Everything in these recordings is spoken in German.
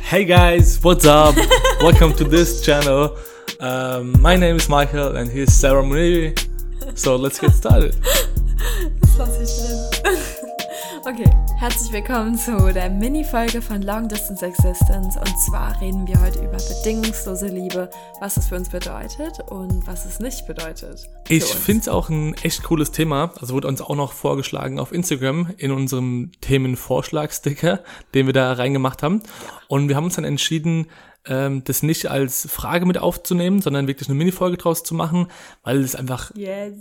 Hey guys, what's up? Welcome to this channel. My name is Michael and here's Sarah Muniri. So let's get started. Das lasse ich drin. Okay, herzlich willkommen zu der Mini-Folge von Long Distance Existence. Und zwar reden wir heute über bedingungslose Liebe, was es für uns bedeutet und was es nicht bedeutet. Ich finde es auch ein echt cooles Thema. Also wurde uns auch noch vorgeschlagen auf Instagram in unserem Themenvorschlag-Sticker, den wir da reingemacht haben. Und wir haben uns dann entschieden, das nicht als Frage mit aufzunehmen, sondern wirklich eine Mini-Folge draus zu machen, weil es einfach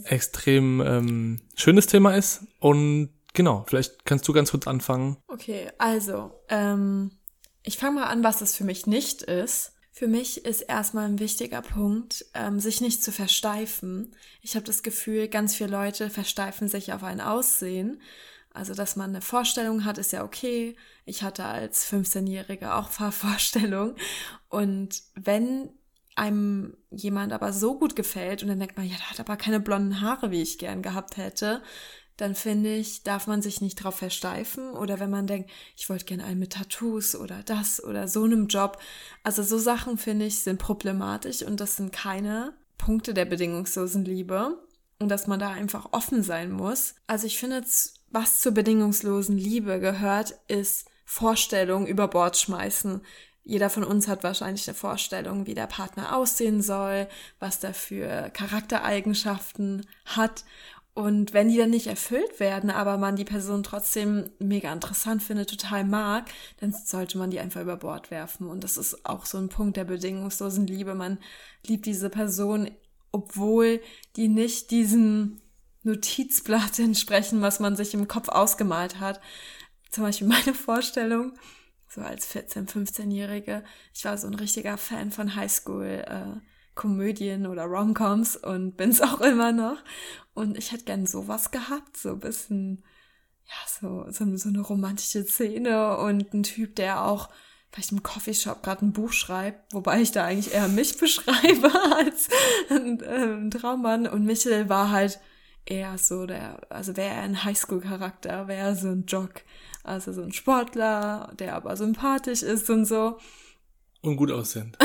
extrem schönes Thema ist. Und genau, vielleicht kannst du ganz kurz anfangen. Okay, also, ich fange mal an, was es für mich nicht ist. Für mich ist erstmal ein wichtiger Punkt, sich nicht zu versteifen. Ich habe das Gefühl, ganz viele Leute versteifen sich auf ein Aussehen. Also, dass man eine Vorstellung hat, ist ja okay. Ich hatte als 15-Jährige auch Vorstellungen. Und wenn einem jemand aber so gut gefällt und dann denkt man, ja, der hat aber keine blonden Haare, wie ich gern gehabt hätte, dann finde ich, darf man sich nicht drauf versteifen. Oder wenn man denkt, ich wollte gerne einen mit Tattoos oder das oder so einem Job. Also so Sachen, finde ich, sind problematisch und das sind keine Punkte der bedingungslosen Liebe. Und dass man da einfach offen sein muss. Also ich finde, was zur bedingungslosen Liebe gehört, ist Vorstellungen über Bord schmeißen. Jeder von uns hat wahrscheinlich eine Vorstellung, wie der Partner aussehen soll, was der für Charaktereigenschaften hat. Und wenn die dann nicht erfüllt werden, aber man die Person trotzdem mega interessant findet, total mag, dann sollte man die einfach über Bord werfen. Und das ist auch so ein Punkt der bedingungslosen Liebe. Man liebt diese Person, obwohl die nicht diesem Notizblatt entsprechen, was man sich im Kopf ausgemalt hat. Zum Beispiel meine Vorstellung, so als 14-, 15-Jährige, ich war so ein richtiger Fan von Highschool-Komödien oder Romcoms und bin's auch immer noch. Und ich hätte gern sowas gehabt, so ein bisschen, ja, so eine romantische Szene und ein Typ, der auch vielleicht im Coffeeshop gerade ein Buch schreibt, wobei ich da eigentlich eher mich beschreibe als ein Traummann. Und Michel war halt eher so wäre er ein Highschool-Charakter, wäre er so ein Jock, also so ein Sportler, der aber sympathisch ist und so. Und gut aussehend.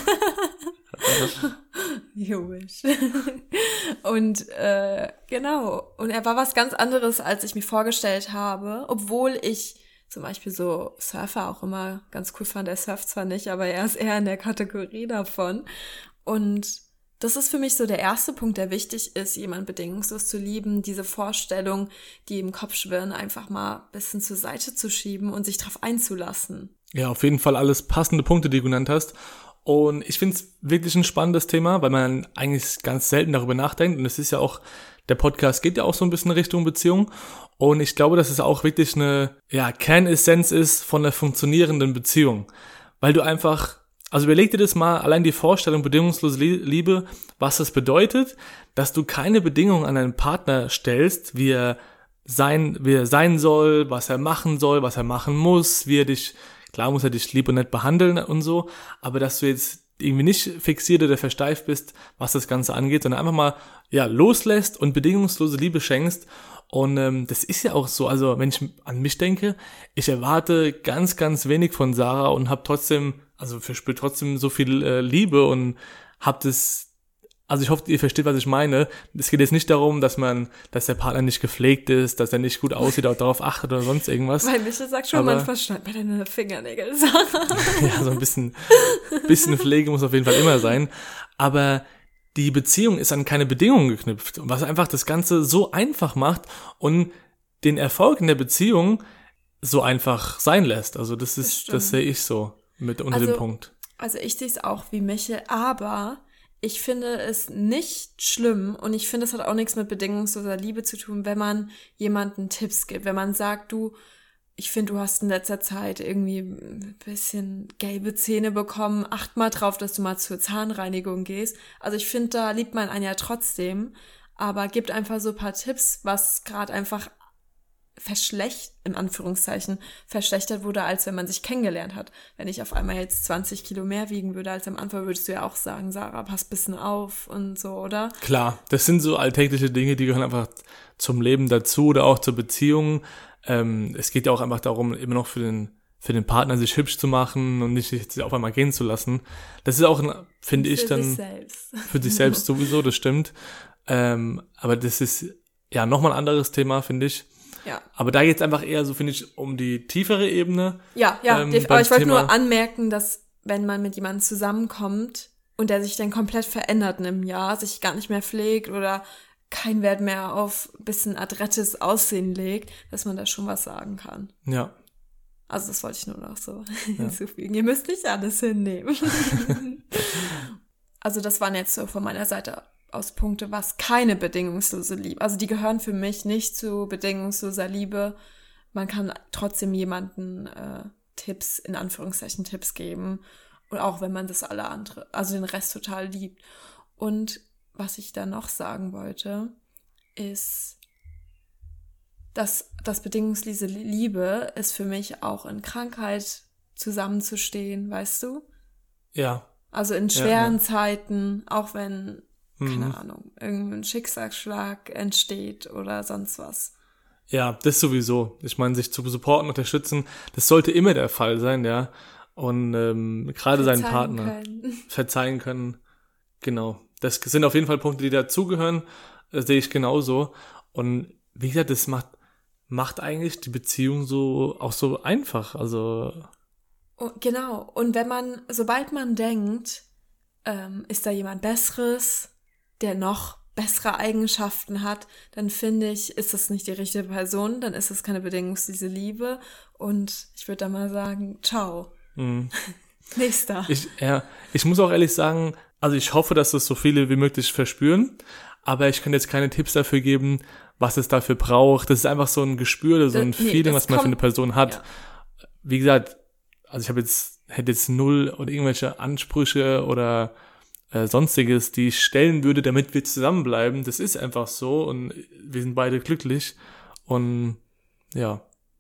You wish. Und genau, und er war was ganz anderes, als ich mir vorgestellt habe, obwohl ich zum Beispiel so Surfer auch immer ganz cool fand. Er surft zwar nicht, aber er ist eher in der Kategorie davon. Und das ist für mich so der erste Punkt, der wichtig ist, jemanden bedingungslos zu lieben, diese Vorstellung, die im Kopf schwirren, einfach mal ein bisschen zur Seite zu schieben und sich drauf einzulassen. Ja, auf jeden Fall alles passende Punkte, die du genannt hast. Und ich finde es wirklich ein spannendes Thema, weil man eigentlich ganz selten darüber nachdenkt. Und es ist ja auch, der Podcast geht ja auch so ein bisschen Richtung Beziehung. Und ich glaube, dass es auch wirklich eine Kernessenz ist von einer funktionierenden Beziehung. Weil du einfach, also überleg dir das mal, allein die Vorstellung bedingungslose Liebe, was das bedeutet, dass du keine Bedingungen an deinen Partner stellst, wie er sein soll, was er machen muss, klar muss er dich lieb und nett behandeln und so, aber dass du jetzt irgendwie nicht fixiert oder versteift bist, was das Ganze angeht, sondern einfach mal loslässt und bedingungslose Liebe schenkst. Und das ist ja auch so, also wenn ich an mich denke, ich erwarte ganz, ganz wenig von Sarah und verspüre trotzdem so viel Liebe und hab das. Also ich hoffe, ihr versteht, was ich meine. Es geht jetzt nicht darum, dass der Partner nicht gepflegt ist, dass er nicht gut aussieht, auch darauf achtet oder sonst irgendwas. Weil Michel sagt schon, manchmal schneid mir deine Fingernägel, Sarah. Ja, so ein bisschen Pflege muss auf jeden Fall immer sein. Aber die Beziehung ist an keine Bedingungen geknüpft, was einfach das Ganze so einfach macht und den Erfolg in der Beziehung so einfach sein lässt. Also das sehe ich so unter dem Punkt. Also ich sehe es auch wie Michel, aber ich finde es nicht schlimm und ich finde, es hat auch nichts mit bedingungsloser Liebe zu tun, wenn man jemanden Tipps gibt, wenn man sagt, ich finde, du hast in letzter Zeit irgendwie ein bisschen gelbe Zähne bekommen, acht mal drauf, dass du mal zur Zahnreinigung gehst. Also ich finde, da liebt man einen ja trotzdem, aber gibt einfach so ein paar Tipps, was gerade einfach verschlechtert wurde, als wenn man sich kennengelernt hat. Wenn ich auf einmal jetzt 20 Kilo mehr wiegen würde als am Anfang, würdest du ja auch sagen, Sarah, pass ein bisschen auf und so, oder? Klar, das sind so alltägliche Dinge, die gehören einfach zum Leben dazu oder auch zur Beziehung. Es geht ja auch einfach darum, immer noch für für den Partner sich hübsch zu machen und nicht sich auf einmal gehen zu lassen. Das ist auch, finde ich, dann Sich selbst. für sich selbst sowieso, das stimmt. Aber das ist ja nochmal ein anderes Thema, finde ich. Ja. Aber da geht's einfach eher so, finde ich, um die tiefere Ebene. Ja, aber ich wollte nur anmerken, dass wenn man mit jemandem zusammenkommt und der sich dann komplett verändert in einem Jahr, sich gar nicht mehr pflegt oder keinen Wert mehr auf ein bisschen adrettes Aussehen legt, dass man da schon was sagen kann. Ja. Also das wollte ich nur noch so hinzufügen. Ihr müsst nicht alles hinnehmen. Also das waren jetzt so von meiner Seite aus Punkte, was keine bedingungslose Liebe. Also die gehören für mich nicht zu bedingungsloser Liebe. Man kann trotzdem jemanden Tipps, in Anführungszeichen Tipps geben. Und auch wenn man das alle andere, also den Rest total liebt. Und was ich da noch sagen wollte, ist, dass das bedingungslose Liebe ist für mich auch in Krankheit zusammenzustehen, weißt du? Ja. Also in schweren Zeiten, auch wenn, keine Ahnung, irgendein Schicksalsschlag entsteht oder sonst was. Ja, das sowieso. Ich meine, sich zu supporten, unterstützen, das sollte immer der Fall sein, ja. Und gerade seinen Partner verzeihen können. Genau. Das sind auf jeden Fall Punkte, die dazugehören. Das sehe ich genauso. Und wie gesagt, das macht eigentlich die Beziehung auch so einfach. Also genau. Und sobald man denkt, ist da jemand Besseres, der noch bessere Eigenschaften hat, dann finde ich, ist das nicht die richtige Person, dann ist das keine bedingungslose Liebe. Und ich würde da mal sagen, ciao. Nächster. Ich muss auch ehrlich sagen, also ich hoffe, dass das so viele wie möglich verspüren, aber ich kann jetzt keine Tipps dafür geben, was es dafür braucht. Das ist einfach so ein Gespür, so ein Feeling, was man für eine Person hat. Ja. Wie gesagt, also hätte jetzt null oder irgendwelche Ansprüche oder Sonstiges, die ich stellen würde, damit wir zusammenbleiben. Das ist einfach so und wir sind beide glücklich und ja.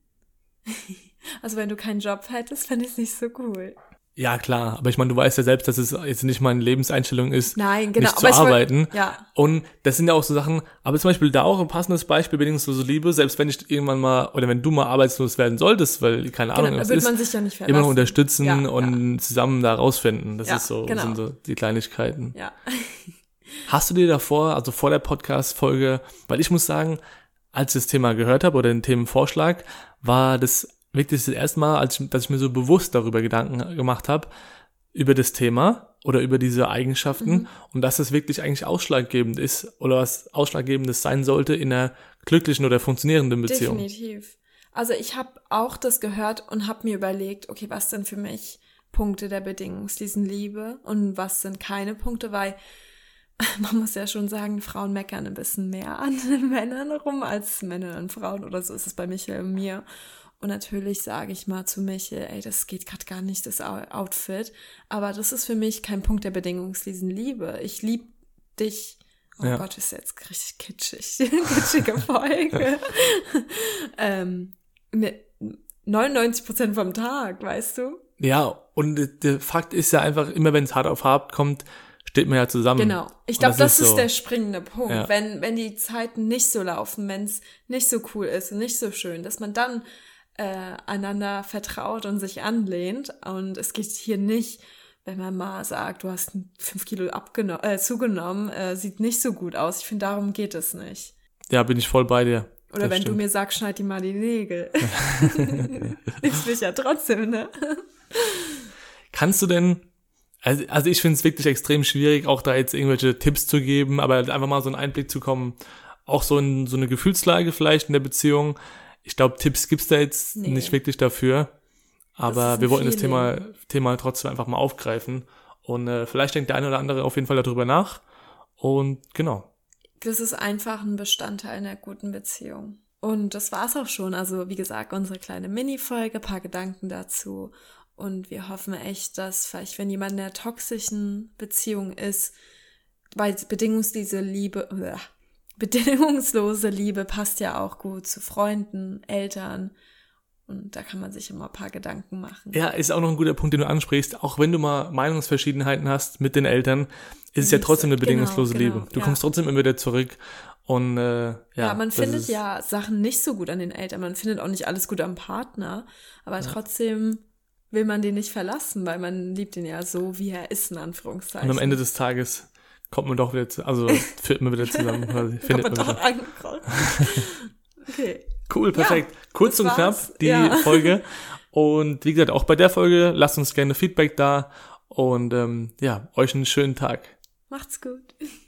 Also wenn du keinen Job hättest, fände ich es nicht so cool. Ja, klar, aber ich meine, du weißt ja selbst, dass es jetzt nicht meine Lebenseinstellung ist, nein, genau, nicht zu arbeiten. Ja. Und das sind ja auch so Sachen, aber zum Beispiel da auch ein passendes Beispiel, bedingungslose Liebe, selbst wenn ich irgendwann mal, oder wenn du mal arbeitslos werden solltest, weil, keine Ahnung, was ist, man sich ja nicht verlassen. Immer noch unterstützen und zusammen da rausfinden. Das ist so, sind so die Kleinigkeiten. Ja. Hast du dir davor, also vor der Podcast-Folge, weil ich muss sagen, als ich das Thema gehört habe oder den Themenvorschlag, war das wirklich das erste Mal, dass ich mir so bewusst darüber Gedanken gemacht habe, über das Thema oder über diese Eigenschaften und dass es wirklich eigentlich ausschlaggebend ist oder was Ausschlaggebendes sein sollte in einer glücklichen oder funktionierenden Beziehung. Definitiv. Also ich habe auch das gehört und habe mir überlegt, okay, was sind für mich Punkte der bedingungslosen Liebe und was sind keine Punkte, weil man muss ja schon sagen, Frauen meckern ein bisschen mehr an den Männern rum als Männer an Frauen oder so ist es bei Michael und mir. Und natürlich sage ich mal zu Michael, ey, das geht gerade gar nicht, das Outfit. Aber das ist für mich kein Punkt der bedingungslosen Liebe. Ich liebe dich. Oh ja. Gott, ist jetzt richtig kitschig. Kitschige Folge. 99% vom Tag, weißt du? Ja, und der Fakt ist ja einfach, immer wenn es hart auf hart kommt, steht man ja zusammen. Genau. Ich glaube, das ist so der springende Punkt. Ja. Wenn die Zeiten nicht so laufen, wenn es nicht so cool ist und nicht so schön, dass man dann einander vertraut und sich anlehnt. Und es geht hier nicht, wenn man mal sagt, du hast 5 Kilo zugenommen, sieht nicht so gut aus. Ich finde, darum geht es nicht. Ja, bin ich voll bei dir. Oder wenn du mir sagst, schneid dir mal die Nägel. Liebst mich ja trotzdem, ne? Kannst du denn, also ich finde es wirklich extrem schwierig, auch da jetzt irgendwelche Tipps zu geben, aber einfach mal so einen Einblick zu kommen, auch so in so eine Gefühlslage vielleicht in der Beziehung. Ich glaube, Tipps gibt's da jetzt nicht wirklich dafür, aber wir wollten das Thema trotzdem einfach mal aufgreifen und vielleicht denkt der eine oder andere auf jeden Fall darüber nach und genau. Das ist einfach ein Bestandteil einer guten Beziehung. Und das war's auch schon. Also wie gesagt, unsere kleine Mini-Folge, paar Gedanken dazu und wir hoffen echt, dass vielleicht, wenn jemand in einer toxischen Beziehung ist, weil bedingungslose Liebe passt ja auch gut zu Freunden, Eltern Und da kann man sich immer ein paar Gedanken machen. Ja, ist auch noch ein guter Punkt, den du ansprichst. Auch wenn du mal Meinungsverschiedenheiten hast mit den Eltern, ist es ja trotzdem eine bedingungslose Liebe. Du kommst trotzdem immer wieder zurück. Und man findet ja Sachen nicht so gut an den Eltern. Man findet auch nicht alles gut am Partner. Aber trotzdem will man den nicht verlassen, weil man liebt ihn ja so, wie er ist, in Anführungszeichen. Und am Ende des Tages kommt man doch wieder führt man wieder zusammen. Quasi. Findet man doch angekommen. Okay. Cool, perfekt. Kurz und knapp die Folge. Und wie gesagt, auch bei der Folge lasst uns gerne Feedback da. Und euch einen schönen Tag. Macht's gut.